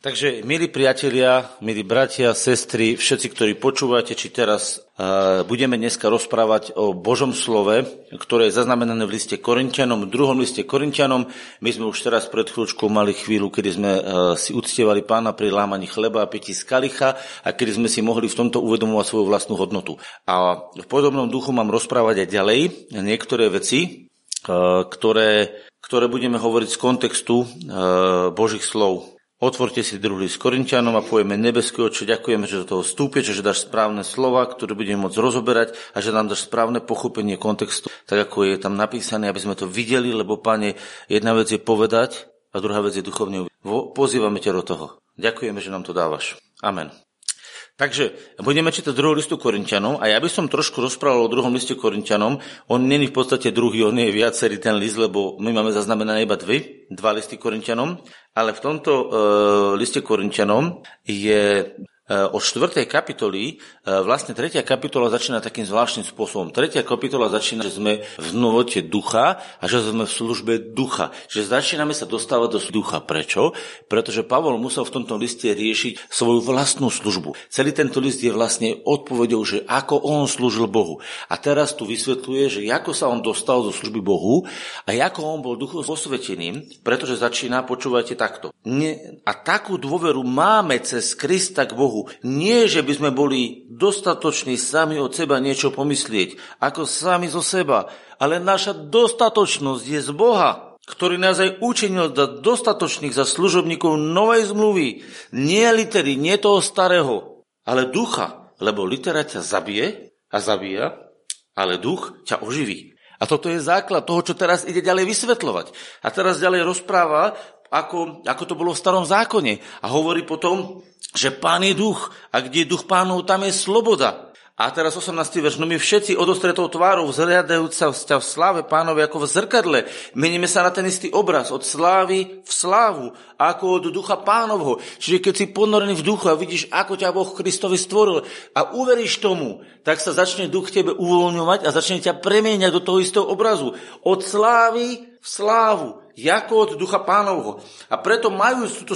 Takže, milí priatelia, milí bratia, sestry, všetci, ktorí počúvate, či teraz budeme dneska rozprávať o Božom slove, ktoré je zaznamenané v liste Korinťanom, v 2. liste Korinťanom. My sme už teraz pred chvíľučkou mali chvíľu, kedy sme si uctievali Pána pri lámaní chleba a pití z kalicha a kedy sme si mohli v tomto uvedomovať svoju vlastnú hodnotu. A v podobnom duchu mám rozprávať aj ďalej niektoré veci, ktoré budeme hovoriť z kontextu Božích slov. Otvorte si 2. list Korinťanom a povieme: Nebeský Otče, ďakujeme, že do toho vstúpiš, že dáš správne slova, ktoré budeme môcť rozoberať a že nám dáš správne pochopenie kontextu, tak ako je tam napísané, aby sme to videli, lebo Pane, jedna vec je povedať a druhá vec je duchovne. Pozývame ťa do toho. Ďakujeme, že nám to dávaš. Amen. Takže budeme čítať 2. listu Korinťanom a ja by som trošku rozprával o 2. liste Korinťanom. On nie je v podstate druhý, on je viacerý ten list, lebo my máme zaznamenané iba dva listy Korinťanom, ale v tomto liste Korinťanom je od 4. kapitoly, vlastne 3. kapitola začína takým zvláštnym spôsobom. 3. kapitola začína, že sme v novote ducha a že sme v službe ducha. Že začíname sa dostávať do ducha. Prečo? Pretože Pavol musel v tomto liste riešiť svoju vlastnú službu. Celý tento list je vlastne odpoveďou, že ako on slúžil Bohu. A teraz tu vysvetľuje, že ako sa on dostal do služby Bohu a ako on bol duchu posvetený, pretože začína, počúvajte takto. A takú dôveru máme cez Krista k Bohu. Nie, že by sme boli dostatoční sami od seba niečo pomyslieť, ako sami zo seba, ale naša dostatočnosť je z Boha, ktorý nás aj učinil za dostatočných, za služobníkov novej zmluvy. Nie litery, nie toho starého, ale ducha, lebo litera ťa zabije a zabíja, ale duch ťa oživí. A toto je základ toho, čo teraz ide ďalej vysvetľovať. A teraz ďalej rozpráva, ako to bolo v starom zákone. A hovorí potom, že Pán je duch a kde je duch Pánov, tam je sloboda. A teraz 18. verš, no my všetci odostretou tvárou vzhliadajúc sa v sláve Pánovi ako v zrkadle, meníme sa na ten istý obraz od slávy v slávu, ako od ducha Pánovho. Čiže keď si ponorený v duchu a vidíš, ako ťa Boh Kristovi stvoril a uveríš tomu, tak sa začne duch tebe uvoľňovať a začne ťa premieňať do toho istého obrazu. Od slávy v slávu, ako od ducha Pánovho. A preto majúc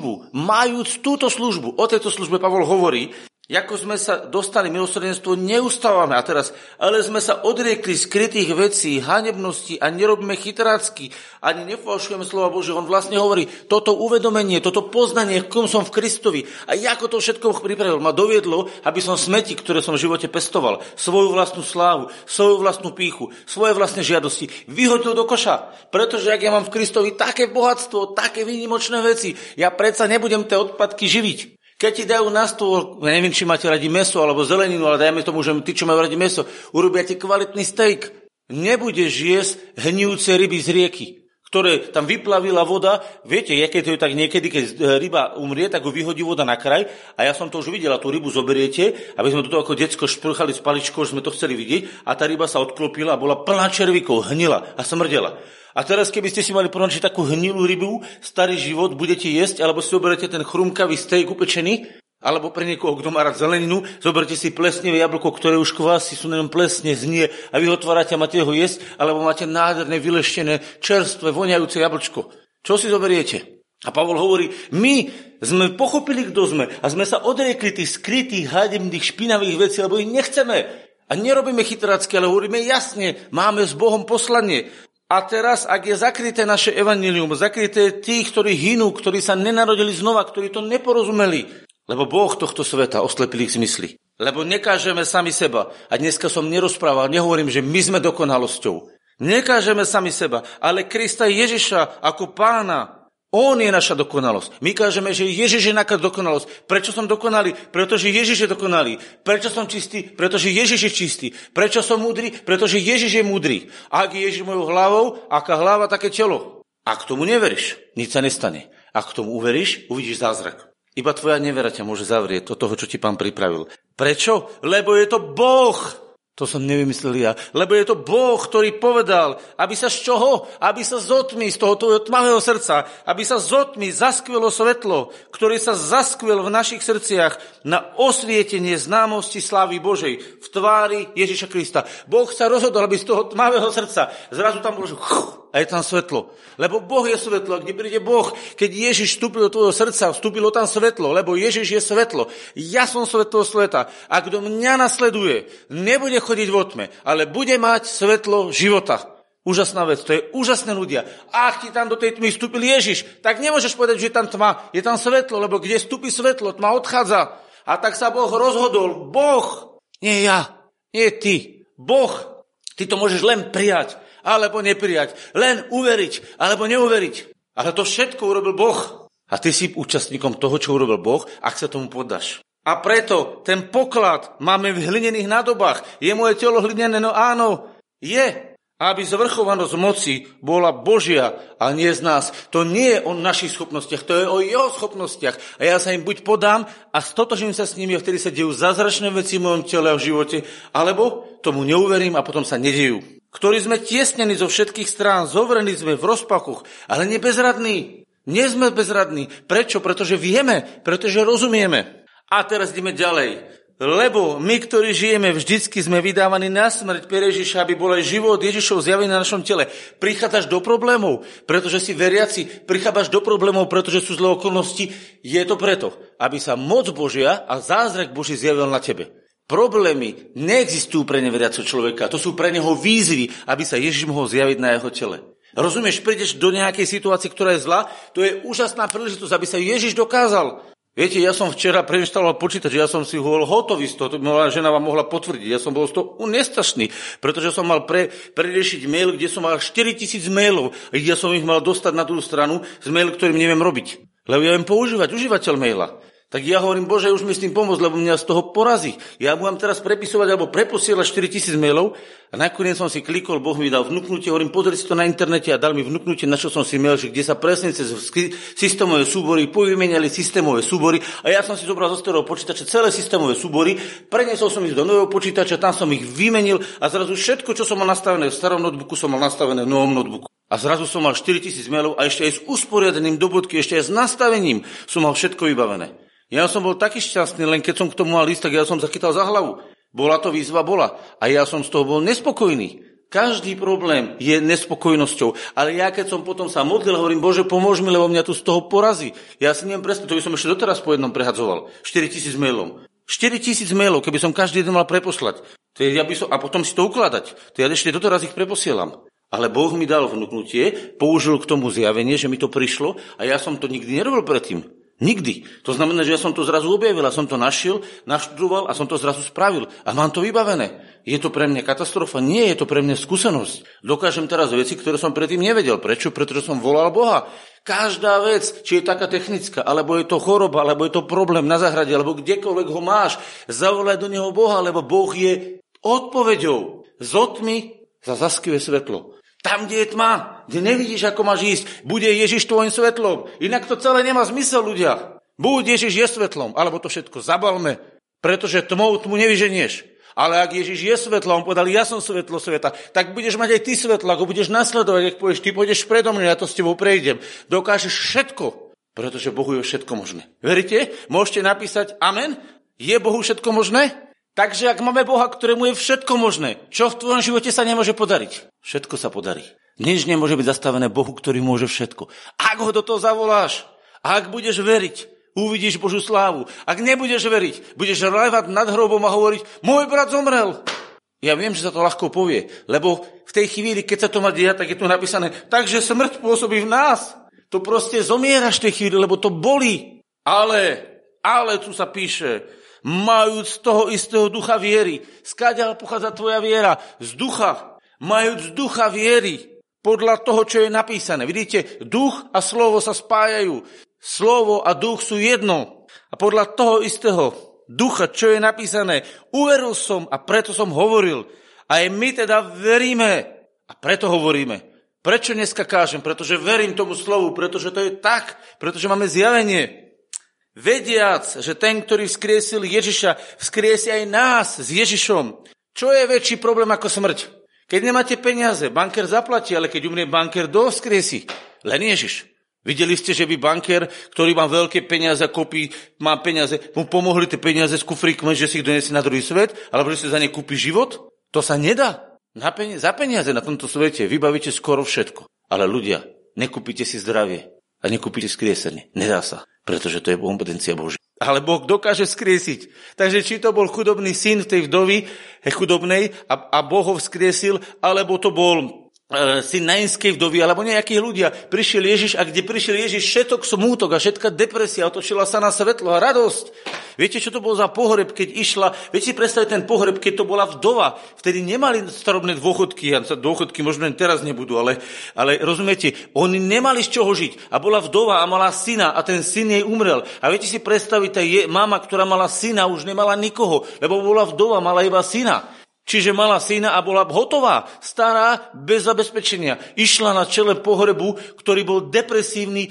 túto službu, o tejto službe Pavol hovorí, ako sme sa dostali milosrdenstvo, neustávame. A teraz, ale sme sa odriekli skrytých vecí, hanebnosti a nerobíme chytrácky, ani nefalšujeme slova Božieho. On vlastne hovorí, toto uvedomenie, toto poznanie, kom som v Kristovi a ako to všetko pripravil, ma doviedlo, aby som smeti, ktoré som v živote pestoval, svoju vlastnú slávu, svoju vlastnú pýchu, svoje vlastné žiadosti, vyhodil do koša. Pretože ak ja mám v Kristovi také bohatstvo, také výnimočné veci, ja predsa nebudem tie odpadky živiť. Keď ti dajú na stôl, neviem, či máte radi mäso alebo zeleninu, ale dajme tomu, že tí, čo majú radi mäso, urobia ti kvalitný steak. Nebudeš jesť hnijúce ryby z rieky, ktoré tam vyplavila voda. Viete, aké to je tak niekedy, keď ryba umrie, tak ho vyhodí voda na kraj. A ja som to už videla, tú rybu zoberiete, aby sme do toho ako decko šprchali s paličkou, že sme to chceli vidieť. A tá ryba sa odklopila a bola plná červíkov, hnila a smrdela. A teraz, keby ste si mali ponočiť takú hnilú rybu, starý život budete jesť, alebo si zoberete ten chrumkavý steak upečený, alebo pre niekoho, kto má rád zeleninu, zoberte si plesnivé jablko, ktoré už kvásy sú jenom plesne, znie a vy ho otvárate a máte ho jesť, alebo máte nádherné, vyleštené, čerstvé, voňajúce jablčko. Čo si zoberiete? A Pavol hovorí, my sme pochopili, kto sme a sme sa odriekli tých skrytých, hanebných, špinavých vecí, lebo ich nechceme. A nerobíme chytrácky, ale hovoríme jasne, máme s Bohom poslanie. A teraz, ak je zakryté naše evanjelium, zakryté tých, ktorí hynú, ktorí sa nenarodili znova, ktorí to neporozumeli, lebo Boh tohto sveta oslepil ich zmysly. Lebo nekážeme sami seba. A dneska som nerozprával, nehovorím, že my sme dokonalosťou. Nekážeme sami seba, ale Krista Ježiša ako Pána. On je naša dokonalosť. My kážeme, že Ježiš je naša dokonalosť. Prečo som dokonalý? Pretože Ježiš je dokonalý. Prečo som čistý? Pretože Ježiš je čistý. Prečo som múdry? Pretože Ježiš je múdry. A ak je Ježiš mojou hlavou, aká hlava, také telo. Ak tomu neveríš, nič sa nestane. Ak tomu uveríš, uvidíš zázrak. Iba tvoja nevera ťa môže zavrieť do toho, čo ti Pán pripravil. Prečo? Lebo je to Boh. To som nevymyslel ja. Lebo je to Boh, ktorý povedal, aby sa z čoho? Aby sa zotmi z toho tvojho tmavého srdca, aby sa zotmi zaskvelo svetlo, ktoré sa zaskvel v našich srdciach na osvietenie známosti slávy Božej v tvári Ježiša Krista. Boh sa rozhodol, aby z toho tmavého srdca zrazu tam bolo a je tam svetlo. Lebo Boh je svetlo. A kde príde Boh, keď Ježiš vstúpil do tvojho srdca, vstúpilo tam svetlo, lebo Ježiš je svetlo. Ja som svetlo sveta. A kto mňa nasleduje, nebude chodiť vo tme, ale bude mať svetlo života. Úžasná vec, to je úžasné ľudia. Ak ti tam do tej tmy vstúpil Ježiš, tak nemôžeš povedať, že je tam tma, je tam svetlo, lebo kde vstúpi svetlo, tma odchádza. A tak sa Boh rozhodol. Boh, nie ja, nie ty, Boh. Ty to môžeš len prijať, alebo neprijať. Len uveriť, alebo neuveriť. Ale to všetko urobil Boh. A ty si účastníkom toho, čo urobil Boh, ak sa tomu poddáš. A preto ten poklad máme v hlinených nádobách. Je moje telo hlinené? No áno, je. Aby zvrchovanosť moci bola Božia a nie z nás. To nie je o našich schopnostiach, to je o jeho schopnostiach. A ja sa im buď podám a stotožím sa s nimi a vtedy sa dejú zázračné veci v mojom tele a v živote, alebo tomu neuverím a potom sa nedejú. Ktorí sme tiesnení zo všetkých strán, zovrení sme v rozpakoch, ale nie bezradní. Nie sme bezradní. Prečo? Pretože vieme, pretože rozumieme. A teraz ideme ďalej. Lebo my, ktorí žijeme, vždycky sme vydávaní na smrť pre Ježiša, aby bol aj život Ježišov zjavený na našom tele. Prichádzaš do problémov, pretože si veriaci, prichádzaš do problémov, pretože sú zlé okolnosti. Je to preto, aby sa moc Božia a zázrak Boží zjavil na tebe. Problémy neexistujú pre neveriaceho človeka, to sú pre neho výzvy, aby sa Ježiš mohol zjaviť na jeho tele. Rozumieš, prídeš do nejakej situácie, ktorá je zlá, to je úžasná príležitosť, aby sa Ježiš dokázal. Viete, ja som včera preinštaloval počítač, ja som si bol hotový z toho, to moja žena vám mohla potvrdiť, ja som bol z toho nestačný, pretože som mal preriešiť mail, kde som mal 4000 mailov a ja som ich mal dostať na tú stranu z mail, ktorým neviem robiť. Lebo ja viem používať, užívateľ maila. Tak ja hovorím, Bože, už mi s tým pomôcť, lebo mňa z toho porazí. Ja budem teraz prepisovať alebo preposielať 4000 mailov a nakoniec som si klikol, Boh mi dal vnuknutie, hovorím, pozri si to na internete a dal mi vnuknutie, našiel som si mail, že kde sa presne cez systémové súbory povymenali systémové súbory a ja som si zobral zo starého počítača celé systémové súbory, preniesol som ich do nového počítača, tam som ich vymenil a zrazu všetko, čo som mal nastavené v starom notebooku, som mal nastavené v novom notebooku. A zrazu som mal 4000 mailov a ešte aj s usporiadeným do bodky, ešte aj s nastavením som mal všetko vybavené. Ja som bol taký šťastný, len keď som k tomu mal ísť, tak ja som zachytal za hlavu. Bola to výzva, bola. A ja som z toho bol nespokojný. Každý problém je nespokojnosťou. Ale ja keď som potom sa modlil, hovorím, Bože, pomôž mi, lebo mňa tu z toho porazí. Ja si neviem presne, to by som ešte doteraz po jednom prehadzoval. 4000 mailov. 4000 mailov, keby som každý jeden mal preposlať. A potom si to ukladať. To ja ešte doteraz ich preposielam. Ale Boh mi dal vnuknutie, použil k tomu zjavenie, že mi to prišlo a ja som to nikdy nerobil predtým. Nikdy. To znamená, že ja som to zrazu objavil, a som to našiel, naštudoval a som to zrazu spravil. A mám to vybavené. Je to pre mňa katastrofa? Nie, je to pre mňa skúsenosť. Dokážem teraz veci, ktoré som predtým nevedel. Prečo? Pretože som volal Boha. Každá vec, či je taká technická, alebo je to choroba, alebo je to problém na záhrade, alebo kdekoľvek ho máš, zavolaj do neho Boha, lebo Boh je odpoveďou. Z otmy zaskive svetlo. Tam, kde je tma, kde nevidíš, ako máš ísť, bude Ježiš tvojim svetlom. Inak to celé nemá zmysel, ľudia. Buď Ježiš je svetlom, alebo to všetko zabalme, pretože tmou tmu nevyženieš. Ale ak Ježiš je svetlom, on povedal, ja som svetlo sveta, tak budeš mať aj ty svetlo, ako budeš nasledovať, ak povieš, ty pôjdeš predo mňa, ja to s tebou prejdem. Dokážeš všetko, pretože Bohu je všetko možné. Veríte? Môžete napísať amen? Je Bohu všetko možné? Takže ak máme Boha, ktorému je všetko možné, čo v tvojom živote sa nemôže podariť? Všetko sa podarí. Nič nemôže byť zastavené Bohu, ktorý môže všetko. Ak ho do toho zavoláš, ak budeš veriť, uvidíš Božú slávu. Ak nebudeš veriť, budeš rávať nad hrobom a hovoriť, môj brat zomrel. Ja viem, že sa to ľahko povie, lebo v tej chvíli, keď sa to má diať, tak je tu napísané, takže smrť pôsobí v nás. To proste zomieraš v tej chvíli, lebo to bolí. Ale tu sa píše, majúc toho istého ducha viery. Skáďal pochádza tvoja viera? Z ducha. Majúc ducha viery podľa toho, čo je napísané. Vidíte, duch a slovo sa spájajú. Slovo a duch sú jedno. A podľa toho istého ducha, čo je napísané, uveril som a preto som hovoril. A aj my teda veríme a preto hovoríme. Prečo dneska kážem? Pretože verím tomu slovu, pretože to je tak, pretože máme zjavenie. Vediac, že ten, ktorý vzkriesil Ježiša, vzkriesi aj nás s Ježišom. Čo je väčší problém ako smrť? Keď nemáte peniaze, bankér zaplatí, ale keď umrie bankér, kto vzkriesi? Len Ježiš. Videli ste, že by bankér, ktorý má veľké peniaze, má peniaze, mu pomohli tie peniaze s kufríkom, že si ich donesie na druhý svet, alebo že si za ne kúpi život? To sa nedá. Za peniaze na tomto svete vybavíte skoro všetko. Ale ľudia, nekúpite si zdravie a nekúpite skriesenie. Nedá sa, pretože to je kompetencia Božia. Ale Boh dokáže skriesiť. Takže či to bol chudobný syn v tej vdovy chudobnej a Boh ho vzkriesil, alebo to bol syn nainskej vdovy, alebo nejakých ľudia. Prišiel Ježiš a kde prišiel Ježiš, všetok smútok a všetka depresia, otočila sa na svetlo a radosť. Viete, čo to bol za pohreb, keď išla? Viete si predstaviť ten pohreb, keď to bola vdova. Vtedy nemali starobné dôchodky, dôchodky možno teraz nebudú, ale rozumiete, oni nemali z čoho žiť. A bola vdova a mala syna a ten syn jej umrel. A viete si predstaviť, tá mama, ktorá mala syna, už nemala nikoho, lebo bola vdova, mala iba syna. Čiže mala syna a bola hotová, stará, bez zabezpečenia. Išla na čele pohrebu, ktorý bol depresívny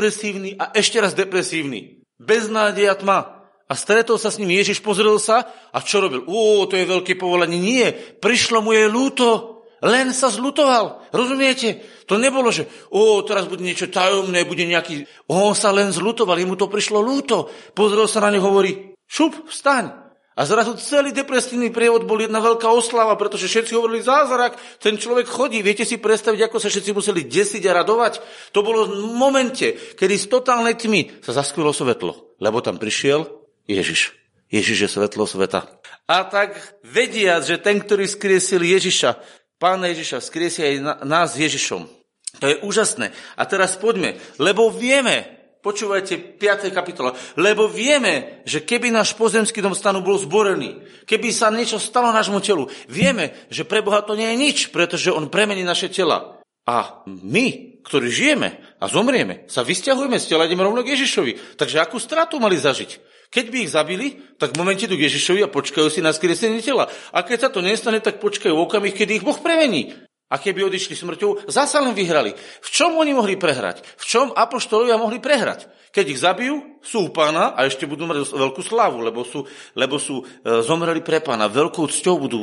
a ešte raz depresívny. Beznádeja tma. A stretol sa s ním Ježiš, pozrel sa a čo robil? To je veľké povolanie. Nie, prišlo mu je ľúto. Len sa zľutoval. Rozumiete? To nebolo, že teraz bude niečo tajomné, bude nejaký... On sa len zľutoval, jemu to prišlo ľúto. Pozrel sa na ňu, hovorí, šup, vstaň. A zrazu celý depresívny prievod bol jedna veľká oslava, pretože všetci hovorili zázrak, ten človek chodí. Viete si predstaviť, ako sa všetci museli desiť a radovať? To bolo v momente, kedy z totálnej tmy sa zaskvilo svetlo, lebo tam prišiel Ježiš. Ježiš je svetlo sveta. A tak vediac, že ten, ktorý skriesil Ježiša, Pána Ježiša, skriesil aj nás Ježišom. To je úžasné. A teraz poďme, lebo vieme, počúvajte 5. kapitola, lebo vieme, že keby náš pozemský dom stanu bol zborený, keby sa niečo stalo nášmu telu, vieme, že pre Boha to nie je nič, pretože on premení naše tela. A my, ktorí žijeme a zomrieme, sa vysťahujeme z tela, ideme rovno k Ježišovi. Takže akú stratu mali zažiť? Keď by ich zabili, tak v momente idú k Ježišovi a počkajú si na skriesenie tela. A keď sa to nestane, tak počkajú okamih, kedy ich Boh premení. A keby odišli smrťou, zasa len vyhrali. V čom oni mohli prehrať? V čom apoštolovia mohli prehrať? Keď ich zabijú, sú u Pána a ešte budú mať veľkú slávu, lebo sú zomreli pre Pána. Veľkou cťou budú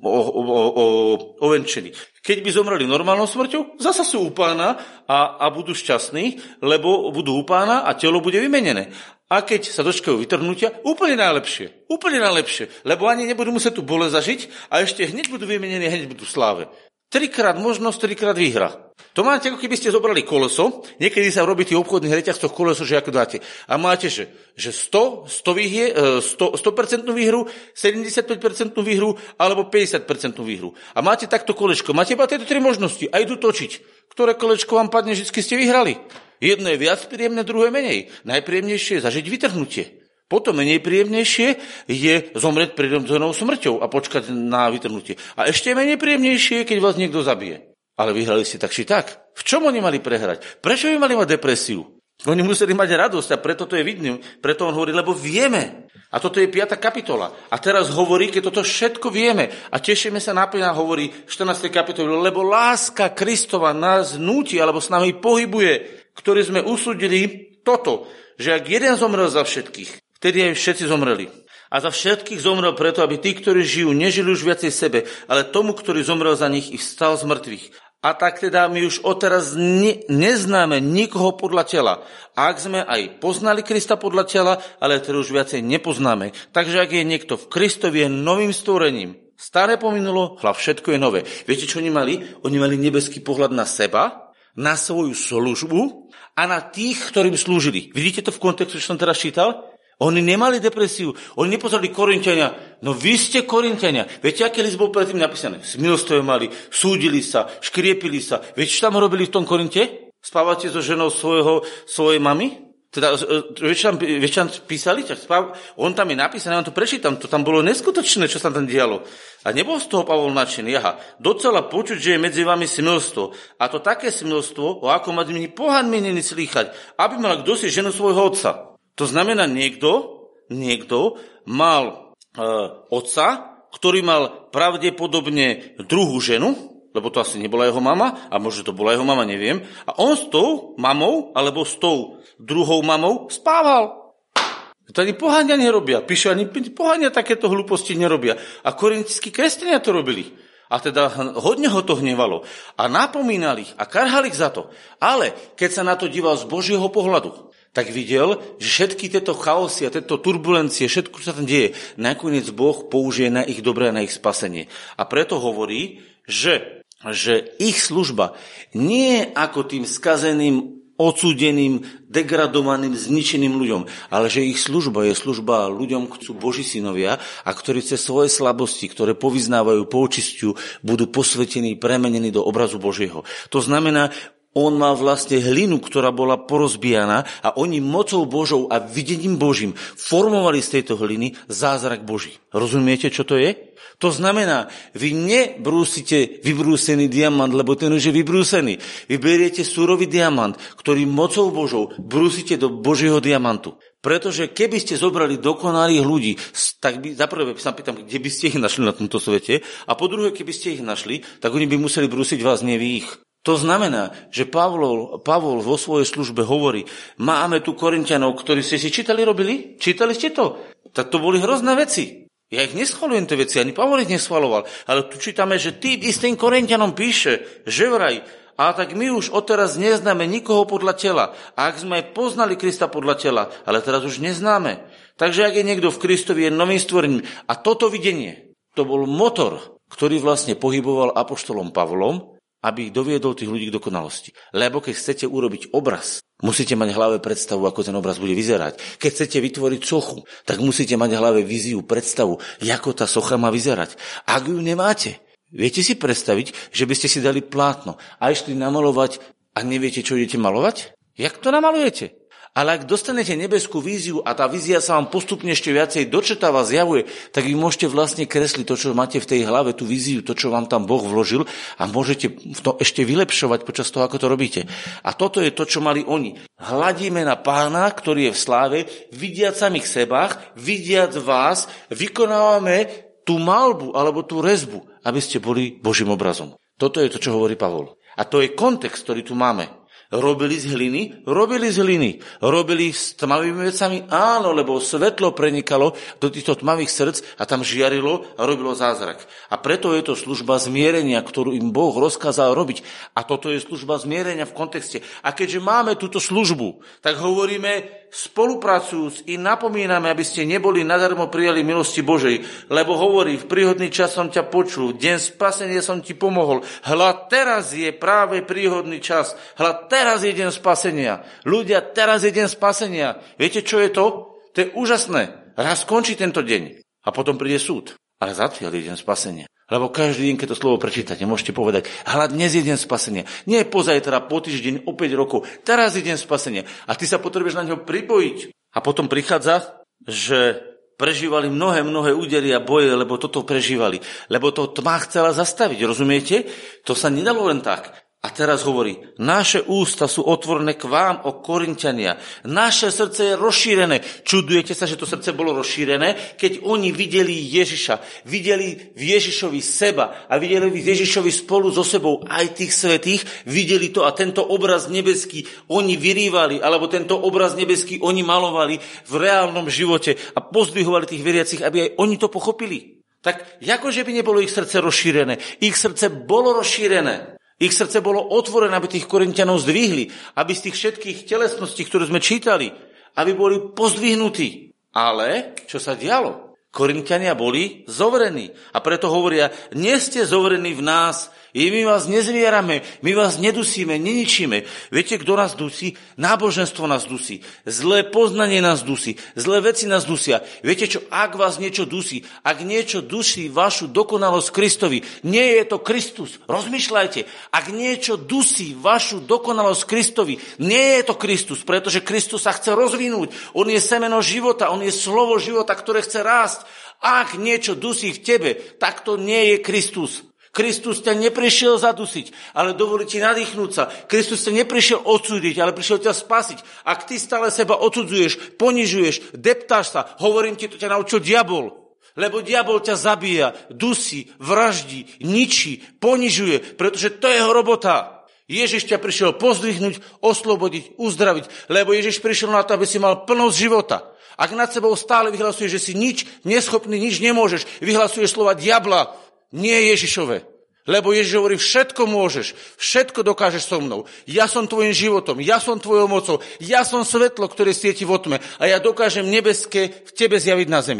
ovenčení. Keď by zomreli normálnou smrťou, zasa sú u Pána a budú šťastní, lebo budú u Pána a telo bude vymenené. A keď sa dočkajú vytrhnutia, úplne najlepšie, lebo ani nebudú musieť tu bolesť zažiť a ešte hneď budú vymenení, hneď budú v sláve. 3-krát možnosť, 3-krát výhra. To máte, ako keby ste zobrali koleso, niekedy sa robí tých obchodných reťazcoch koleso, že ako dáte. A máte, že 100% výhru, 75% výhru, alebo 50% výhru. A máte takto kolečko. Máte iba tieto 3 možnosti a idú točiť. Ktoré kolečko vám padne, vždy ste vyhrali. Jedno je viac príjemné, druhé menej. Najpríjemnejšie je zažiť vytrhnutie. Potom menej príjemnejšie je zomrieť prirodzenou smrťou a počkať na vytrhnutie. A ešte menej príjemnejšie je, keď vás niekto zabije. Ale vyhrali ste tak či tak. V čom oni mali prehrať? Prečo by mali mať depresiu? Oni museli mať radosť a preto to je vidné. Preto on hovorí, lebo vieme. A toto je 5. kapitola. A teraz hovorí, keď toto všetko vieme a tešíme sa naplňa, hovorí 14. kapitola, lebo láska Kristova nás núti, alebo s nami pohybuje, ktorí sme usúdili toto, že ak jeden zomrel za všetkých, vtedy aj všetci zomreli. A za všetkých zomrel preto, aby tí, ktorí žijú, nežili už viacej sebe, ale tomu, ktorý zomrel za nich, ich vstal z mŕtvych. A tak teda my už odteraz neznáme nikoho podľa tela. A ak sme aj poznali Krista podľa tela, ale teda už viacej nepoznáme. Takže ak je niekto v Kristovi, je novým stvorením. Staré pominulo, hľa všetko je nové. Viete, čo oni mali? Oni mali nebeský pohľad na seba, na svoju službu a na tých, ktorým slúžili. Vidíte to v kontexte, čo som teraz čítal? Oni nemali depresiu, oni nepozerali Korinťania. No vy ste Korinťania. Viete, aké list bol predtým napísané? Smilstvo mali, súdili sa, škriepili sa. Viete, čo tam robili v tom Korinte? Spávate so ženou svojej mamy? Teda, vieš, tam písali? On tam je napísané, on to prečítam. To tam bolo neskutočné, čo sa tam dialo. A nebol z toho Pavol nadšený. Aha, docela počuť, že je medzi vami smilstvo. A to také smilstvo, o ako mať pohanmi není slýchať, aby mal kdosi ženu svojho otca. To znamená, niekto mal otca, ktorý mal pravdepodobne druhú ženu, lebo to asi nebola jeho mama, a možno to bola jeho mama, neviem. A on s tou mamou, alebo s tou druhou mamou spával. To ani pohania nerobia. Píše, ani pohania takéto hlúposti nerobia. A korinskí kresťania to robili. A teda hodne ho to hnevalo. A napomínali ich a karhali ich za to. Ale keď sa na to díval z Božieho pohľadu, tak videl, že všetky tieto chaosy a tieto turbulencie, všetko, čo sa tam deje, nakoniec Boh použije na ich dobré, na ich spasenie. A preto hovorí, že že ich služba nie je ako tým skazeným, odsúdeným, degradovaným, zničeným ľuďom, ale že ich služba je služba ľuďom, ktorí sú Boží synovia a ktorí cez svoje slabosti, ktoré povyznávajú, poučisťujú, budú posvetení, premenení do obrazu Božieho. To znamená, on má vlastne hlinu, ktorá bola porozbijaná a oni mocou Božou a videním Božím formovali z tejto hliny zázrak Boží. Rozumiete, čo to je? To znamená, vy nebrúsite vybrúsený diamant, lebo ten už je vybrúsený. Vy beriete surový diamant, ktorý mocou Božou brúsite do Božieho diamantu. Pretože keby ste zobrali dokonalých ľudí, tak by, za prvé sa pýtam, kde by ste ich našli na tomto svete, a po druhé, keby ste ich našli, tak oni by museli brúsiť vás, nie vy ich. To znamená, že Pavol vo svojej službe hovorí, máme tu Korinťanov, ktorí ste si čítali, robili? Čítali ste to? Tak to boli hrozné veci. Ja ich neschvaľujem tie veci, ani Pavol ich neschvaľoval, ale tu čítame, že tým istým Korinťanom píše, že vraj, a tak my už odteraz neznáme nikoho podľa tela. A ak sme aj poznali Krista podľa tela, ale teraz už neznáme. Takže ak je niekto v Kristovi, je novým stvorením. A toto videnie, to bol motor, ktorý vlastne pohyboval apoštolom Pavlom, aby ich doviedol tých ľudí k dokonalosti. Lebo keď chcete urobiť obraz, musíte mať v hlave predstavu, ako ten obraz bude vyzerať. Keď chcete vytvoriť sochu, tak musíte mať v hlave víziu, predstavu, ako tá socha má vyzerať. Ak ju nemáte, viete si predstaviť, že by ste si dali plátno a išli namalovať a neviete, čo idete malovať? Jak to namalujete? Ale ak dostanete nebeskú víziu a tá vízia sa vám postupne ešte viacej dočetáva, zjavuje, tak vy môžete vlastne kresliť to, čo máte v tej hlave, tú víziu, to, čo vám tam Boh vložil a môžete to ešte vylepšovať počas toho, ako to robíte. A toto je to, čo mali oni. Hladíme na Pána, ktorý je v sláve, vidiac samých sebách, vidiac vás, vykonávame tú malbu alebo tú rezbu, aby ste boli Božím obrazom. Toto je to, čo hovorí Pavol. A to je kontext, ktorý tu máme. Robili z hliny? Robili z hliny. Robili s tmavými vecami? Áno, lebo svetlo prenikalo do týchto tmavých srdc a tam žiarilo a robilo zázrak. A preto je to služba zmierenia, ktorú im Boh rozkázal robiť. A toto je služba zmierenia v kontexte. A keďže máme túto službu, tak hovoríme spolupracujúc i napomíname, aby ste neboli nadarmo prijali milosti Božej, lebo hovorí, v príhodný čas som ťa počul, deň spasenia som ti pomohol. Hľa, teraz je práve príhodný čas. Hľa, teraz je deň spasenia. Ľudia, teraz je deň spasenia. Viete, čo je to? To je úžasné. Raz skončí tento deň a potom príde súd. Ale zatiaľ je deň spasenia. Lebo každý deň, keď to slovo prečítate, môžete povedať, hľa, dnes je deň spasenia. Nie pozajtra, po týždeň, o 5 rokov. Teraz je deň spasenia. A ty sa potrebuješ na ňo pripojiť. A potom prichádza, že prežívali mnohé údery a boje, lebo toto prežívali. Lebo to tma chcela zastaviť, rozumiete? To sa nedalo len tak. A teraz hovorí, naše ústa sú otvorené k vám, o Korinťania. Naše srdce je rozšírené. Čudujete sa, že to srdce bolo rozšírené, keď oni videli Ježiša. Videli v Ježišovi seba a videli v Ježišovi spolu so sebou aj tých svätých. Videli to a tento obraz nebeský oni vyrývali, alebo tento obraz nebeský oni malovali v reálnom živote a pozdvihovali tých veriacich, aby aj oni to pochopili. Tak akože by nebolo ich srdce rozšírené? Ich srdce bolo rozšírené. Ich srdce bolo otvorené, aby tých Korinťanov zdvihli, aby z tých všetkých telesností, ktoré sme čítali, aby boli pozdvihnutí. Ale čo sa dialo? Korinťania boli zovrení. A preto hovoria, nie ste zovrení v nás, i my vás nezvierame, my vás nedusíme, neničíme. Viete, kto nás dusí? Náboženstvo nás dusí. Zlé poznanie nás dusí. Zlé veci nás dusia. Viete čo? Ak vás niečo dusí, ak niečo dusí vašu dokonalosť Kristovi, nie je to Kristus. Rozmýšľajte. Ak niečo dusí vašu dokonalosť Kristovi, nie je to Kristus, pretože Kristus sa chce rozvinúť. On je semeno života, on je slovo života, ktoré chce rásť. Ak niečo dusí v tebe, tak to nie je Kristus. Kristus ťa neprišiel zadusiť, ale dovoliť ti nadýchnúť sa. Kristus ťa neprišiel odsúdiť, ale prišiel ťa spasiť. Ak ty stále seba odsudzuješ, ponižuješ, deptáš sa, hovorím ti, to ťa naučil diabol. Lebo diabol ťa zabíja, dusí, vraždí, ničí, ponižuje, pretože to je jeho robota. Ježiš ťa prišiel pozdvihnúť, oslobodiť, uzdraviť, lebo Ježiš prišiel na to, aby si mal plnosť života. Ak nad sebou stále vyhlasuješ, že si nič neschopný, nič nemôžeš, vyhlasuješ slova diabla, nie Ježišove. Lebo Ježiš hovorí, všetko môžeš, všetko dokážeš so mnou. Ja som tvojim životom, ja som tvojou mocou, ja som svetlo, ktoré svieti vo tme a ja dokážem nebeské v tebe zjaviť na zemi.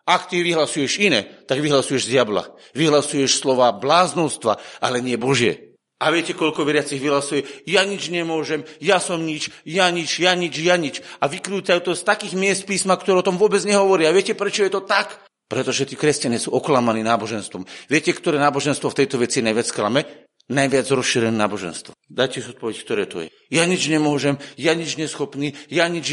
Ak ty vyhlasuješ iné, tak vyhlasuješ z diabla. Vyhlasuješ slova bláznostva, ale nie Božie. A viete, koľko veriacich vyhlasuje? Ja nič nemôžem, ja som nič, ja nič. A vykrúcajú to z takých miest písma, ktoré o tom vôbec nehovoria. A viete, prečo je to tak? Pretože tí kresťania sú oklamaní náboženstvom. Viete, ktoré náboženstvo v tejto veci najviac klame? Najviac rozšírené náboženstvo. Dajte si odpoveď, ktoré to je. Ja nič nemôžem, ja nič neschopný, ja nič.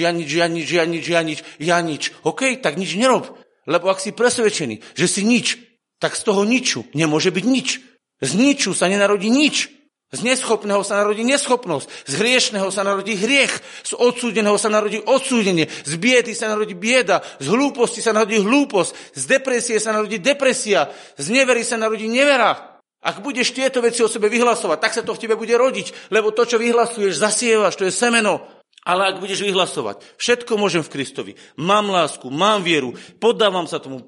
OK, tak nič nerob. Lebo ak si presvedčený, že si nič, tak z toho niču nemôže byť nič. Z niču sa nenarodí nič. Z neschopného sa narodí neschopnosť. Z hriešného sa narodí hriech. Z odsúdeného sa narodí odsúdenie. Z biedy sa narodí bieda. Z hlúposti sa narodí hlúposť. Z depresie sa narodí depresia. Z nevery sa narodí nevera. Ak budeš tieto veci o sebe vyhlasovať, tak sa to v tebe bude rodiť. Lebo to, čo vyhlasuješ, zasievaš, to je semeno. Ale ak budeš vyhlasovať, všetko môžem v Kristovi, mám lásku, mám vieru, podávam sa tomu,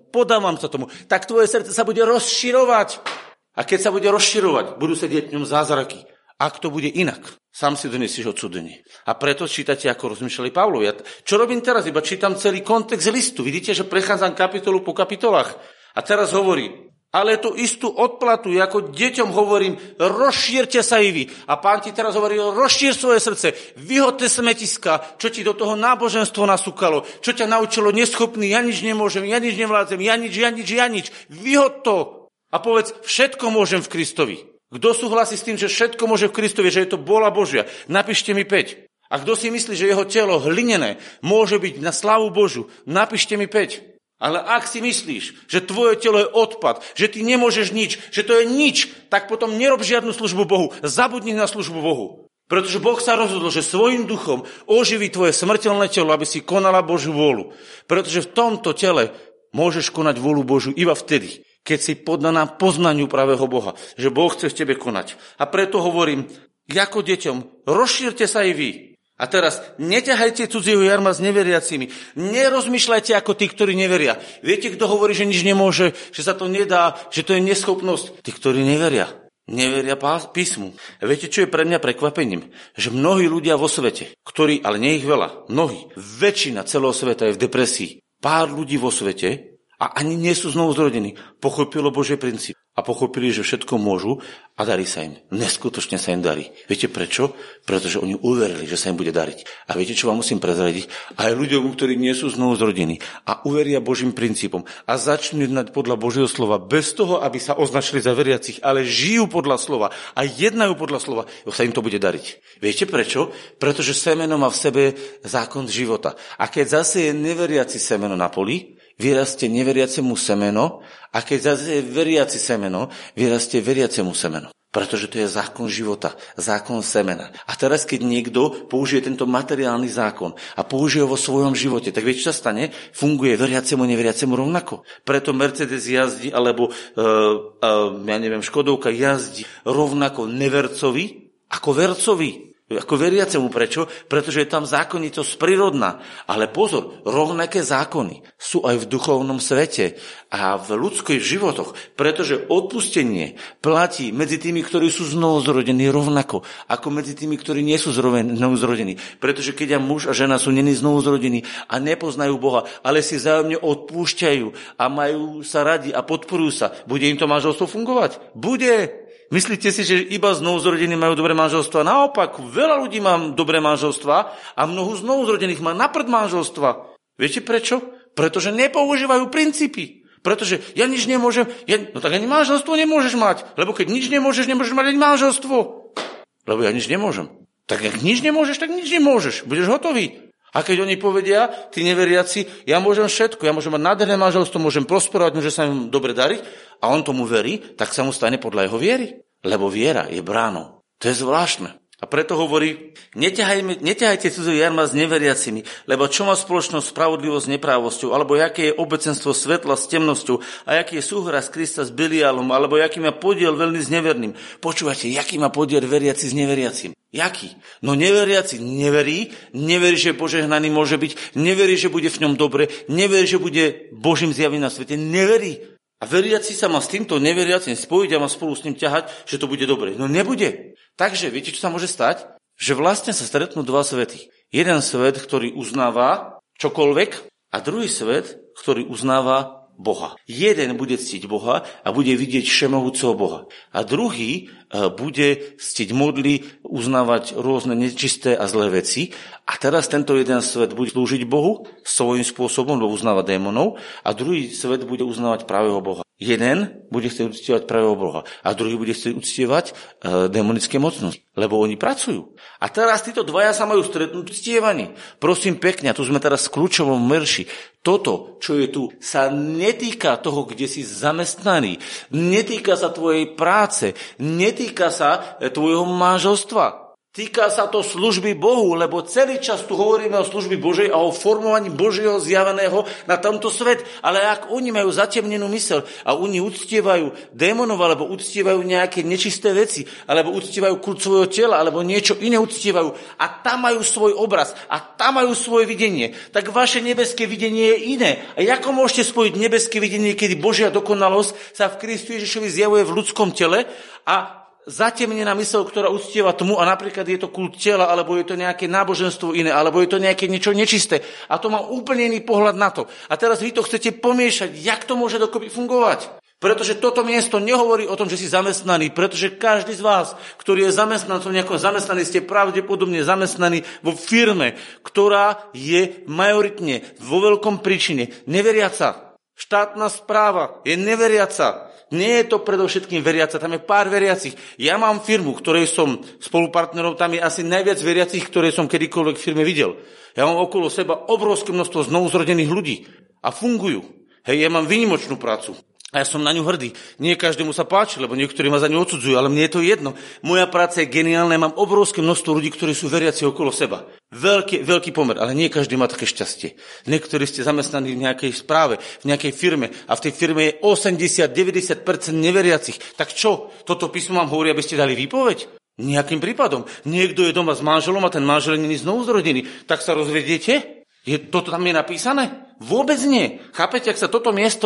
tak tvoje srdce sa bude rozširovať. A keď sa bude rozširovať, budú sedieť v ňom zázraky. Ak to bude inak, sám si donesieš odsúdenie. A preto čítate, ako rozmýšľali Pavlovi. Čo robím teraz? Iba čítam celý kontext listu. Vidíte, že prechádzam kapitolu po kapitolách. A teraz hovorí, ale tú istú odplatu, ako deťom hovorím, rozšírte sa i vy. A Pán ti teraz hovorí, rozšír svoje srdce, vyhoďte smetiska, čo ti do toho náboženstvo nasúkalo, čo ťa naučilo neschopný, ja nič nemôžem, ja nič nevládzem, ja nič. Vyhoď to. A povedz, všetko môžem v Kristovi. Kto súhlasí s tým, že všetko môže v Kristovi, že je to vôľa Božia? Napíšte mi 5. A kto si myslí, že jeho telo hlinené môže byť na slávu Božiu? Napíšte mi 5. Ale ak si myslíš, že tvoje telo je odpad, že ty nemôžeš nič, že to je nič, tak potom nerob žiadnu službu Bohu. Zabudni na službu Bohu. Pretože Boh sa rozhodol, že svojím duchom oživí tvoje smrteľné telo, aby si konala Božiu vôľu. Pretože v tomto tele môžeš konať vôľu Božiu iba vtedy, keď si poddaná poznaniu pravého Boha, že Boh chce v tebe konať. A preto hovorím, ako deťom, rozšírte sa i vy. A teraz, neťahajte cudzieho jarma s neveriacimi. Nerozmýšľajte ako tí, ktorí neveria. Viete, kto hovorí, že nič nemôže, že sa to nedá, že to je neschopnosť? Tí, ktorí neveria. Neveria písmu. A viete, čo je pre mňa prekvapením? Že mnohí ľudia vo svete, ktorí, ale nie ich veľa, mnohí, väčšina celého sveta je v depresii. Pár ľudí vo svete, a ani nie sú znovu zrodení, pochopilo Božie princíp a pochopili, že všetko môžu a darí sa im. Neskutočne sa im darí. Viete prečo? Pretože oni uverili, že sa im bude dariť. A viete, čo vám musím prezradiť? Aj ľuďom, ktorí nie sú znovu zrodení a uveria Božím princípom a začnú jednať podľa Božieho slova bez toho, aby sa označili za veriacich, ale žijú podľa slova a jednajú podľa slova, sa im to bude dariť. Viete prečo? Pretože semeno má v sebe zákon života. A keď zaseje neveriaci semeno na poli, vyrastie neveriacemu semeno, a keď zase veriaci semeno, vyrastie veriacemu semeno. Pretože to je zákon života, zákon semena. A teraz, keď niekto použije tento materiálny zákon a použije ho vo svojom živote, tak viete, čo sa stane? Funguje veriacemu, neveriacemu rovnako. Preto Mercedes jazdí, alebo Škodovka jazdí rovnako nevercovi ako vercovi. Ako veriacemu. Prečo? Pretože je tam zákonitosť prírodná. Ale pozor, rovnaké zákony sú aj v duchovnom svete a v ľudských životoch. Pretože odpustenie platí medzi tými, ktorí sú znovuzrodení rovnako, ako medzi tými, ktorí nie sú znovuzrodení. Pretože keď muž a žena sú neni znovuzrodení a nepoznajú Boha, ale si vzájomne odpúšťajú a majú sa radi a podporujú sa, bude im to manželstvo fungovať? Bude. Myslíte si, že iba znovuzrodení majú dobré manželstva? Naopak, veľa ľudí má dobré manželstva a mnoho znovuzrodených má naprd manželstva. Viete prečo? Pretože nepoužívajú princípy. Pretože ja nič nemôžem, no tak ani manželstvo nemôžeš mať. Lebo keď nič nemôžeš mať ani manželstvo. Lebo ja nič nemôžem. Tak ak nič nemôžeš, tak nič nemôžeš. Budeš hotový. A keď oni povedia, tí neveriaci, ja môžem všetko, ja môžem mať nádherné manželstvo, môžem prosperovať, môže sa im dobre dariť a on tomu verí, tak sa mu stane podľa jeho viery. Lebo viera je bránou. To je zvláštne. A preto hovorí, neťahajte cudzieho jarma s neveriacimi, lebo čo má spoločnosť spravodlivosť s neprávosťou, alebo aké je obecenstvo svetla s temnosťou, a aký je súhra z Krista s Beliálom, alebo aký má podiel veľmi s neverným. Počúvate, aký má podiel veriaci s neveriacim? Jaký? No neveriaci neverí, že požehnaný môže byť, neverí, že bude v ňom dobre, neverí, že bude Božím zjavením na svete, neverí. A veriaci sa má s týmto neveriacim spojiť a má spolu s ním ťahať, že to bude dobre. No nebude. Takže viete, čo sa môže stať? Že vlastne sa stretnú dva svety. Jeden svet, ktorý uznáva čokoľvek, a druhý svet, ktorý uznáva Boha. Jeden bude ctiť Boha a bude vidieť všemohúceho Boha. A druhý bude ctiť modly, uznávať rôzne nečisté a zlé veci. A teraz tento jeden svet bude slúžiť Bohu svojím spôsobom, lebo uznáva démonov, a druhý svet bude uznávať pravého Boha. Jeden bude chcieť uctievať pravého Boha a druhý bude chcieť uctievať démonické mocnosti, lebo oni pracujú. A teraz títo dvaja sa majú stretnúť v uctievaní. Prosím pekne, a tu sme teraz v kľúčovom verši. Toto, čo je tu, sa netýka toho, kde si zamestnaný, netýka sa tvojej práce, netýka sa tvojho manželstva. Týka sa to služby Bohu, lebo celý čas tu hovoríme o službi Božej a o formovaní Božieho zjaveného na tomto svet. Ale ak oni majú zatemnenú myseľ a oni uctievajú démonov, alebo uctievajú nejaké nečisté veci, alebo uctievajú kult svojho tela, alebo niečo iné uctievajú a tam majú svoj obraz a tam majú svoje videnie, tak vaše nebeské videnie je iné. A ako môžete spojiť nebeské videnie, kedy Božia dokonalosť sa v Kristu Ježišovi zjavuje v ľudskom tele a zatemnená myseľ, ktorá uctieva tomu, a napríklad je to kult tela, alebo je to nejaké náboženstvo iné, alebo je to nejaké niečo nečisté. A to má úplne iný pohľad na to. A teraz vy to chcete pomiešať. Jak to môže dokopy fungovať? Pretože toto miesto nehovorí o tom, že si zamestnaný, pretože každý z vás, ktorý je zamestnancom nejakého zamestnaný, ste pravdepodobne zamestnaní vo firme, ktorá je majoritne vo veľkom príčine neveriaca. Štátna správa je neveriaca. Nie je to predovšetkým veriaca, tam je pár veriacich. Ja mám firmu, ktorej som spolupartnerov, tam je asi najviac veriacich, ktoré som kedykoľvek v firme videl. Ja mám okolo seba obrovské množstvo znovuzrodených ľudí a fungujú. Hej, ja mám výnimočnú prácu. A ja som na ňu hrdý. Nie každému sa páči, lebo niektorí ma za ňu odsudzujú, ale mne je to jedno. Moja práca je geniálna, mám obrovské množstvo ľudí, ktorí sú veriaci okolo seba. Veľký pomer, ale nie každý má také šťastie. Niektorí ste zamestnaní v nejakej správe, v nejakej firme a v tej firme je 80-90% neveriacich. Tak čo? Toto písmo vám hovorí, aby ste dali výpoveď? Nejakým prípadom. Niekto je doma s manželom a ten manžel nie je znovuzrodený. Tak sa rozvediete? Toto tam je napísané? Vôbec nie. Chápete, ak sa toto miesto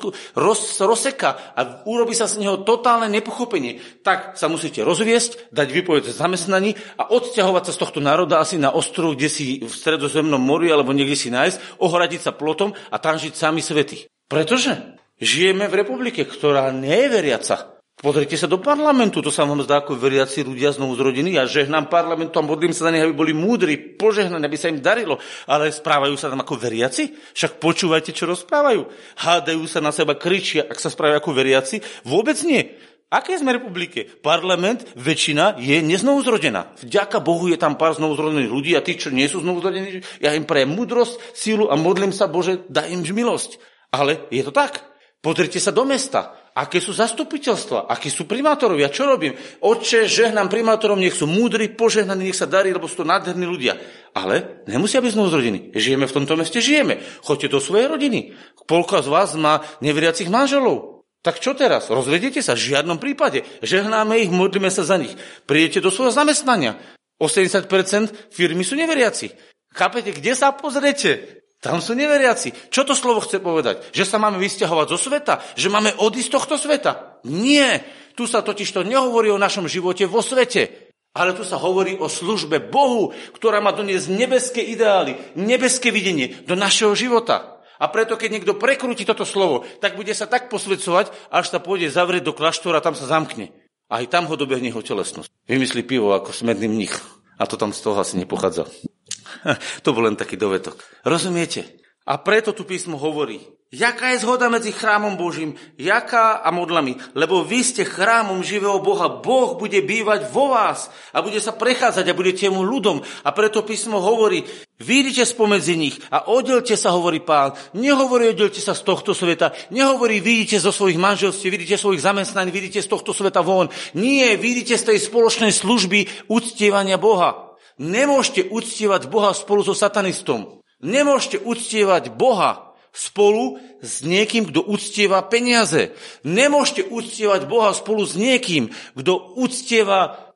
rozseká a urobí sa z neho totálne nepochopenie, tak sa musíte rozviesť, dať výpoveď z zamestnaní a odsťahovať sa z tohto národa asi na ostrov, kde si v Stredozemnom mori alebo niekde si nájsť, ohradiť sa plotom a tam žiť sami svety. Pretože žijeme v republike, ktorá nie je veriaca. Pozrite sa do parlamentu, to sa vám zdá ako veriaci ľudia znovu zrodení. Ja žehnám parlamentu a modlím sa za nich, aby boli múdri, požehnaní, aby sa im darilo. Ale správajú sa tam ako veriaci? Však počúvajte, čo rozprávajú. Hádajú sa na seba, kričia, ak sa správajú ako veriaci? Vôbec nie. Aké sme republike? Parlament, väčšina je neznovuzrodená. Vďaka Bohu je tam pár znovuzrodených ľudí a tí, čo nie sú znovuzrodení, ja im prajem múdrosť, sílu a modlím sa, Bože, daj im milosť. Ale je to tak. Pozrite sa do mesta. Aké sú zastupiteľstva, akí sú primátorovia, čo robím? Otče, žehnám primátorom, nech sú múdri, požehnaní, nech sa darí, lebo sú to nádherní ľudia. Ale nemusia byť znovuzrodení. Žijeme v tomto meste, žijeme. Choďte do svojej rodiny. Polka z vás má neveriacich manželov. Tak čo teraz? Rozvediete sa? V žiadnom prípade. Žehnáme ich, modlíme sa za nich. Prídete do svojho zamestnania. 80% firmy sú neveriaci. Chápete, kde sa pozriete? Tam sú neveriaci. Čo to slovo chce povedať? Že sa máme vysťahovať zo sveta? Že máme odísť z tohto sveta? Nie. Tu sa totiž to nehovorí o našom živote vo svete. Ale tu sa hovorí o službe Bohu, ktorá má doniesť nebeské ideály, nebeské videnie do našeho života. A preto, keď niekto prekrúti toto slovo, tak bude sa tak posvedcovať, až sa pôjde zavrieť do kláštora a tam sa zamkne. Aj tam ho dobehne jeho telesnosť. Vymyslí pivo ako smedný mních. A to tam z toho asi nepochádza. To bol len taký dovetok. Rozumiete? A preto tu písmo hovorí, jaká je zhoda medzi chrámom Božím, jaká a modlami, lebo vy ste chrámom živého Boha. Boh bude bývať vo vás a bude sa prechádzať a budete mu ľudom. A preto písmo hovorí, vyjdite spomedzi nich a oddelte sa, hovorí Pán. Nehovorí, oddelte sa z tohto sveta. Nehovorí, vyjdite zo svojich manželstiev, vyjdite svojich zamestnaní, vyjdite z tohto sveta von. Nie, vyjdite z tej spoločnej služby uctievania Boha. Nemôžete uctievať Boha spolu so satanistom. Nemôžete uctievať Boha spolu s niekým, kto uctieva peniaze. Nemôžete uctievať Boha spolu s niekým, kto uctieva,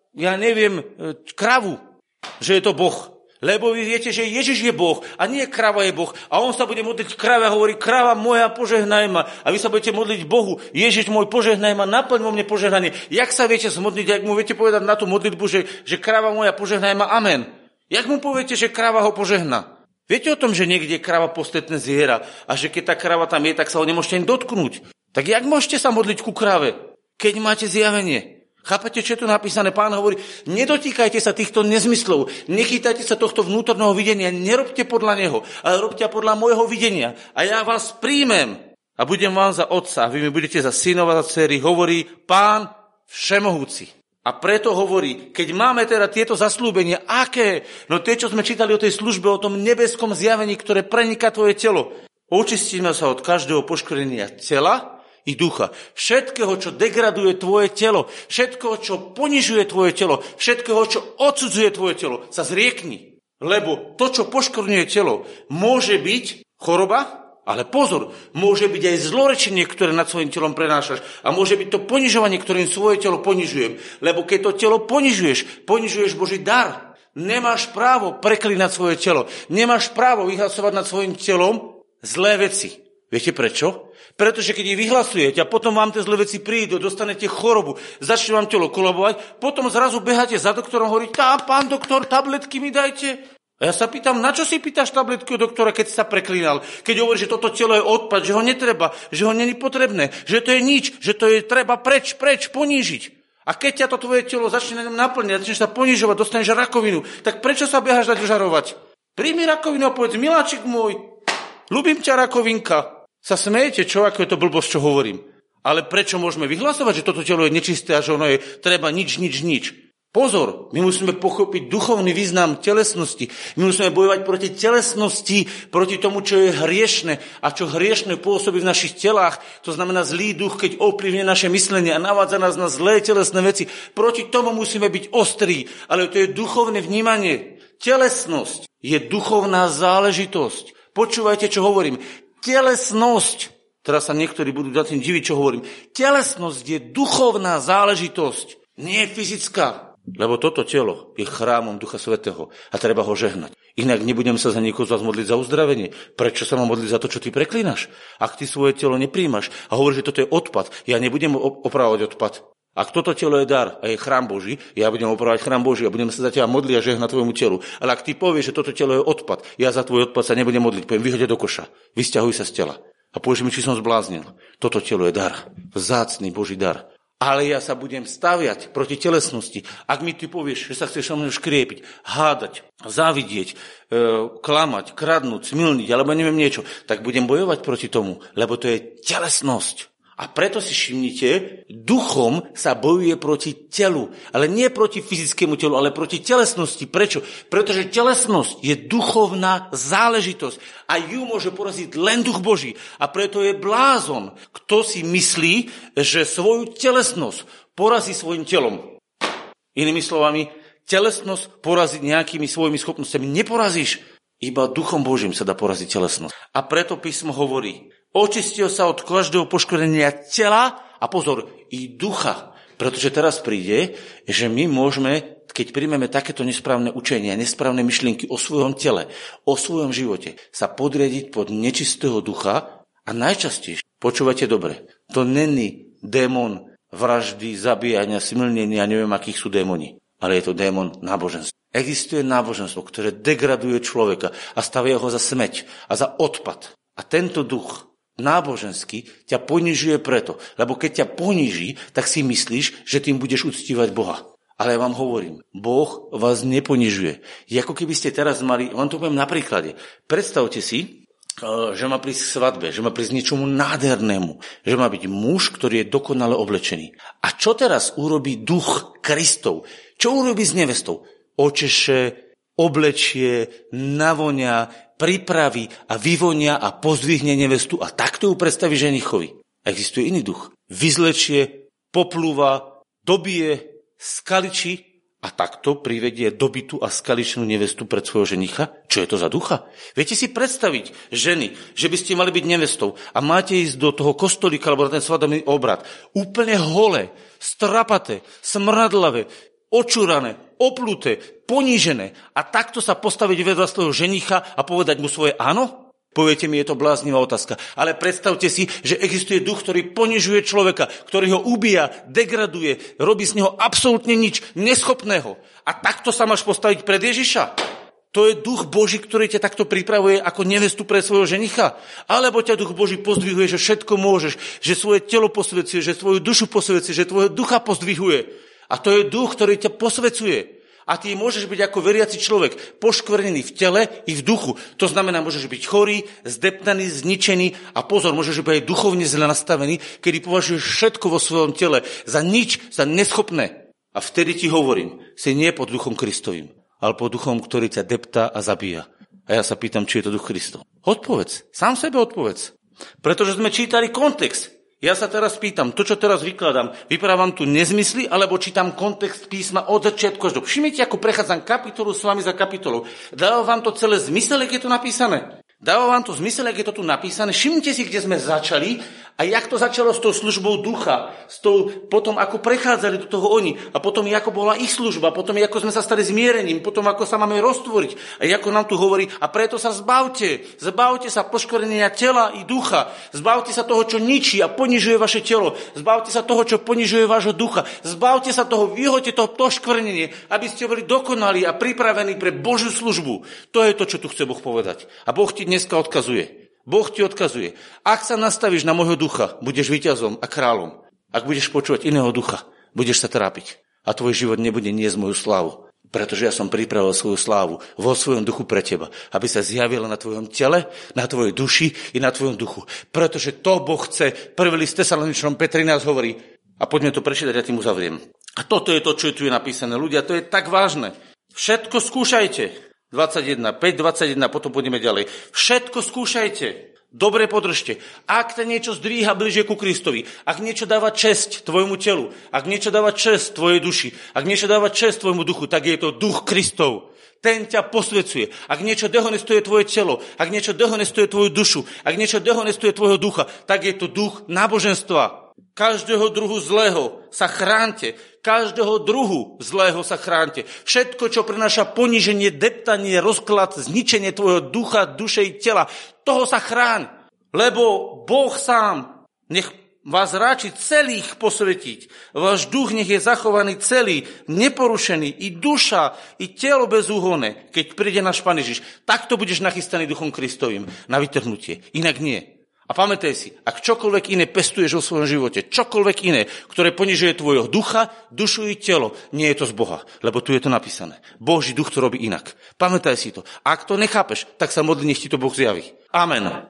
kravu, že je to Boh. Lebo vy viete, že Ježiš je Boh a nie krava je Boh. A on sa bude modliť krave a hovorí, krava moja, požehnaj ma. A vy sa budete modliť Bohu, Ježiš môj, požehnaj ma, naplň vo mne požehnanie. Jak sa viete zmodliť, jak mu viete povedať na tú modlitbu, že krava moja, požehnaj ma, amen. Jak mu poviete, že krava ho požehná? Viete o tom, že niekde je krava postetné zviera a že keď tá krava tam je, tak sa ho nemôžete ani dotknúť. Tak jak môžete sa modliť ku krave, keď máte zjavenie? Chápete, čo je tu napísané? Pán hovorí, nedotýkajte sa týchto nezmyslov, nechytajte sa tohto vnútorného videnia, nerobte podľa neho, ale robte podľa môjho videnia. A ja vás príjmem a budem vám za otca, a vy mi budete za synov a za dcery, hovorí Pán Všemohúci. A preto hovorí, keď máme teda tieto zasľúbenia, aké? No tie, čo sme čítali o tej službe, o tom nebeskom zjavení, ktoré preniká tvoje telo. Očistíme sa od každého poškvrnenia tela i ducha. Všetkého, čo degraduje tvoje telo, všetkého, čo ponižuje tvoje telo, všetkého, čo odsudzuje tvoje telo, sa zriekni. Lebo to, čo poškvrňuje telo, môže byť choroba, ale pozor, môže byť aj zlorečenie, ktoré nad svojím telom prenášaš. A môže byť to ponižovanie, ktorým svoje telo ponižujem. Lebo keď to telo ponižuješ Boží dar. Nemáš právo preklínať svoje telo. Nemáš právo vyhlasovať nad svojím telom zlé veci. Viete prečo? Pretože keď ich vyhlasujete a potom vám tie zlé veci prídu, dostanete chorobu, začne vám telo kolabovať, potom zrazu beháte za doktorom a hovoríte, pán doktor, tabletky mi dajte. A ja sa pýtam, na čo si pýtaš tabletky od doktora, keď si sa preklínal? Keď hovorí, že toto telo je odpad, že ho netreba, že ho není potrebné, že to je nič, že to je treba preč, ponížiť. A keď ťa to tvoje telo začne naplňať, začneš sa ponižovať, dostaneš rakovinu, tak prečo sa beháš dať žarovať? Príjmi rakovinu a povedz, miláčik môj, ľúbim ťa rakovinka. Sa smejete, čo, ako je to blbosť, čo hovorím. Ale prečo môžeme vyhlasovať, že toto telo je nečisté a že ono je treba nič. Pozor, my musíme pochopiť duchovný význam telesnosti. My musíme bojovať proti telesnosti, proti tomu, čo je hriešne a čo hriešne pôsobí v našich telách. To znamená zlý duch, keď ovplyvňuje naše myslenie a navádza nás na zlé telesné veci. Proti tomu musíme byť ostrí, ale to je duchovné vnímanie. Telesnosť je duchovná záležitosť. Počúvajte, čo hovorím. Telesnosť, teraz sa niektorí budú za tým diviť, čo hovorím. Telesnosť je duchovná záležitosť, nie fyzická. Lebo toto telo je chrámom Ducha Svätého a treba ho žehnať. Inak nebudem sa za niekoho z vás modliť za uzdravenie. Prečo sa mám modliť za to, čo ty preklínaš? Ak ty svoje telo nepríjmaš a hovoríš, že toto je odpad, ja nebudem opravovať odpad. Ak toto telo je dar a je chrám Boží, ja budem opravovať chrám Boží a budem sa za teba modliť a žehnať tvojmu telu. Ale ak ty povieš, že toto telo je odpad, ja za tvoj odpad sa nebudem modliť, poviem, vyhoď do koša, vysťahuj sa z tela. A povieš mi, či som zbláznil. Toto telo je dar, vzácny Boží dar. Ale ja sa budem staviať proti telesnosti. Ak mi ty povieš, že sa chceš so mnou škriepiť, hádať, závidieť, klamať, kradnúť, smilniť, alebo neviem niečo, tak budem bojovať proti tomu, lebo to je telesnosť. A preto si všimnite, duchom sa bojuje proti telu, ale nie proti fyzickému telu, ale proti telesnosti. Prečo? Pretože telesnosť je duchovná záležitosť a ju môže poraziť len duch Boží. A preto je blázon, kto si myslí, že svoju telesnosť porazí svojim telom. Inými slovami, telesnosť poraziť nejakými svojimi schopnosťami neporazíš. Iba duchom Božím sa dá poraziť telesnosť. A preto písmo hovorí, očistil sa od každého poškodenia tela a pozor, i ducha. Pretože teraz príde, že my môžeme, keď príjmeme takéto nesprávne učenia, nesprávne myšlienky o svojom tele, o svojom živote, sa podriadiť pod nečistého ducha a najčastejšie, počúvate dobre, to není démon vraždy, zabíjania, smilnenia, neviem, akých sú démoni, ale je to démon náboženstva. Existuje náboženstvo, ktoré degraduje človeka a stavia ho za smeť a za odpad. A tento duch náboženský ťa ponižuje preto, lebo keď ťa poníži, tak si myslíš, že tým budeš uctívať Boha. Ale ja vám hovorím, Boh vás neponižuje. Je ako keby ste teraz mali, vám to poviem na príklade, predstavte si, že má prísť k svadbe, že má prísť niečomu nádhernému, že má byť muž, ktorý je dokonale oblečený. A čo teraz urobí duch Kristov? Čo urobí s nevestou? Očeše, oblečie, navonia, pripraví a vyvonia a pozdvihne nevestu a takto ju predstaví ženichovi. Existuje iný duch. Vyzlečie, poplúva, dobije, skaličí a takto privedie dobytú a skaličnú nevestu pred svojho ženicha. Čo je to za ducha? Viete si predstaviť, ženy, že by ste mali byť nevestou a máte ísť do toho kostolíka alebo na ten svadobný obrad úplne holé, strapaté, smradlavé, očúrané, opluté, ponížené a takto sa postaviť vedľa svojho ženicha a povedať mu svoje áno? Poviete mi, je to bláznivá otázka. Ale predstavte si, že existuje duch, ktorý ponižuje človeka, ktorý ho ubíja, degraduje, robí z neho absolútne nič, neschopného. A takto sa máš postaviť pred Ježiša? To je duch Boží, ktorý ťa takto pripravuje ako nevestu pre svojho ženicha. Alebo ťa duch Boží pozdvihuje, že všetko môžeš, že svoje telo posvecuje, že svoju dušu posvecuje, že tvojho ducha pozdvihuje. A to je duch, ktorý ťa posvecuje. A ty môžeš byť ako veriaci človek, poškvrnený v tele i v duchu. To znamená, môžeš byť chorý, zdeptaný, zničený a pozor, môžeš byť aj duchovne zle nastavený, kedy považuješ všetko vo svojom tele za nič, za neschopné. A vtedy ti hovorím, si nie pod duchom Kristovým, ale pod duchom, ktorý ťa deptá a zabíja. A ja sa pýtam, či je to duch Kristov. Odpovedz, sám sebe odpovedz. Pretože sme čítali kontext. Ja sa teraz pýtam, to, čo teraz vykladám, vyprávam tu nezmysly, alebo čítam kontext písma od začiatku až do... Všimnite, ako prechádzam kapitolu s vami za kapitolou. Dáva vám to celé zmysel, jak je to napísané? Dáva vám to zmysel, jak je to tu napísané? Všimnite si, kde sme začali a jak to začalo s tou službou ducha, potom ako prechádzali do toho oni a potom ako bola ich služba, potom ako sme sa stali zmierením, potom ako sa máme roztvoriť a ako nám tu hovorí a preto sa zbavte sa poškvrnenia tela i ducha, zbavte sa toho, čo ničí a ponižuje vaše telo, zbavte sa toho, čo ponižuje vášho ducha, zbavte sa toho, vyhoďte to poškvrnenie, aby ste boli dokonali a pripravení pre Božiu službu. To je to, čo tu chce Boh povedať. A Boh ti dneska odkazuje. Boh ti odkazuje. Ak sa nastavíš na môjho ducha, budeš víťazom a kráľom. Ak budeš počúvať iného ducha, budeš sa trápiť. A tvoj život nebude niesť moju slávu. Pretože ja som pripravil svoju slávu vo svojom duchu pre teba. Aby sa zjavila na tvojom tele, na tvojej duši i na tvojom duchu. Pretože to Boh chce. Prvý list Tesaloničanom 5:13 hovorí. A poďme to prečítať, ja tým uzavriem. A toto je to, čo tu je napísané. Ľudia, to je tak vážne. Všetko skúšajte. 5:21, potom pôjdeme ďalej. Všetko skúšajte, dobre podržte. Ak to niečo zdvíha bližšie ku Kristovi, ak niečo dáva česť tvojmu telu, ak niečo dáva česť tvojej duši, ak niečo dáva česť tvojmu duchu, tak je to duch Kristov. Ten ťa posvecuje. Ak niečo dehonestuje tvoje telo, ak niečo dehonestuje tvoju dušu, ak niečo dehonestuje tvojho ducha, tak je to duch náboženstva. Každého druhu zlého sa chránte. Každého druhu zlého sa chránte. Všetko, čo prináša poníženie, deptanie, rozklad, zničenie tvojho ducha, duše i tela, toho sa chráň. Lebo Boh sám nech vás ráči celých posvetiť. Váš duch nech je zachovaný celý, neporušený, i duša, i telo bezúhonné, keď príde náš Pán Ježiš. Takto budeš nachystaný duchom Kristovým na vytrhnutie. Inak nie. A pamätaj si, ak čokoľvek iné pestuješ vo svojom živote, čokoľvek iné, ktoré ponižuje tvojho ducha, dušu i telo, nie je to z Boha, lebo tu je to napísané. Boží duch to robí inak. Pamätaj si to. Ak to nechápeš, tak sa modli, nech ti to Boh zjaví. Amen.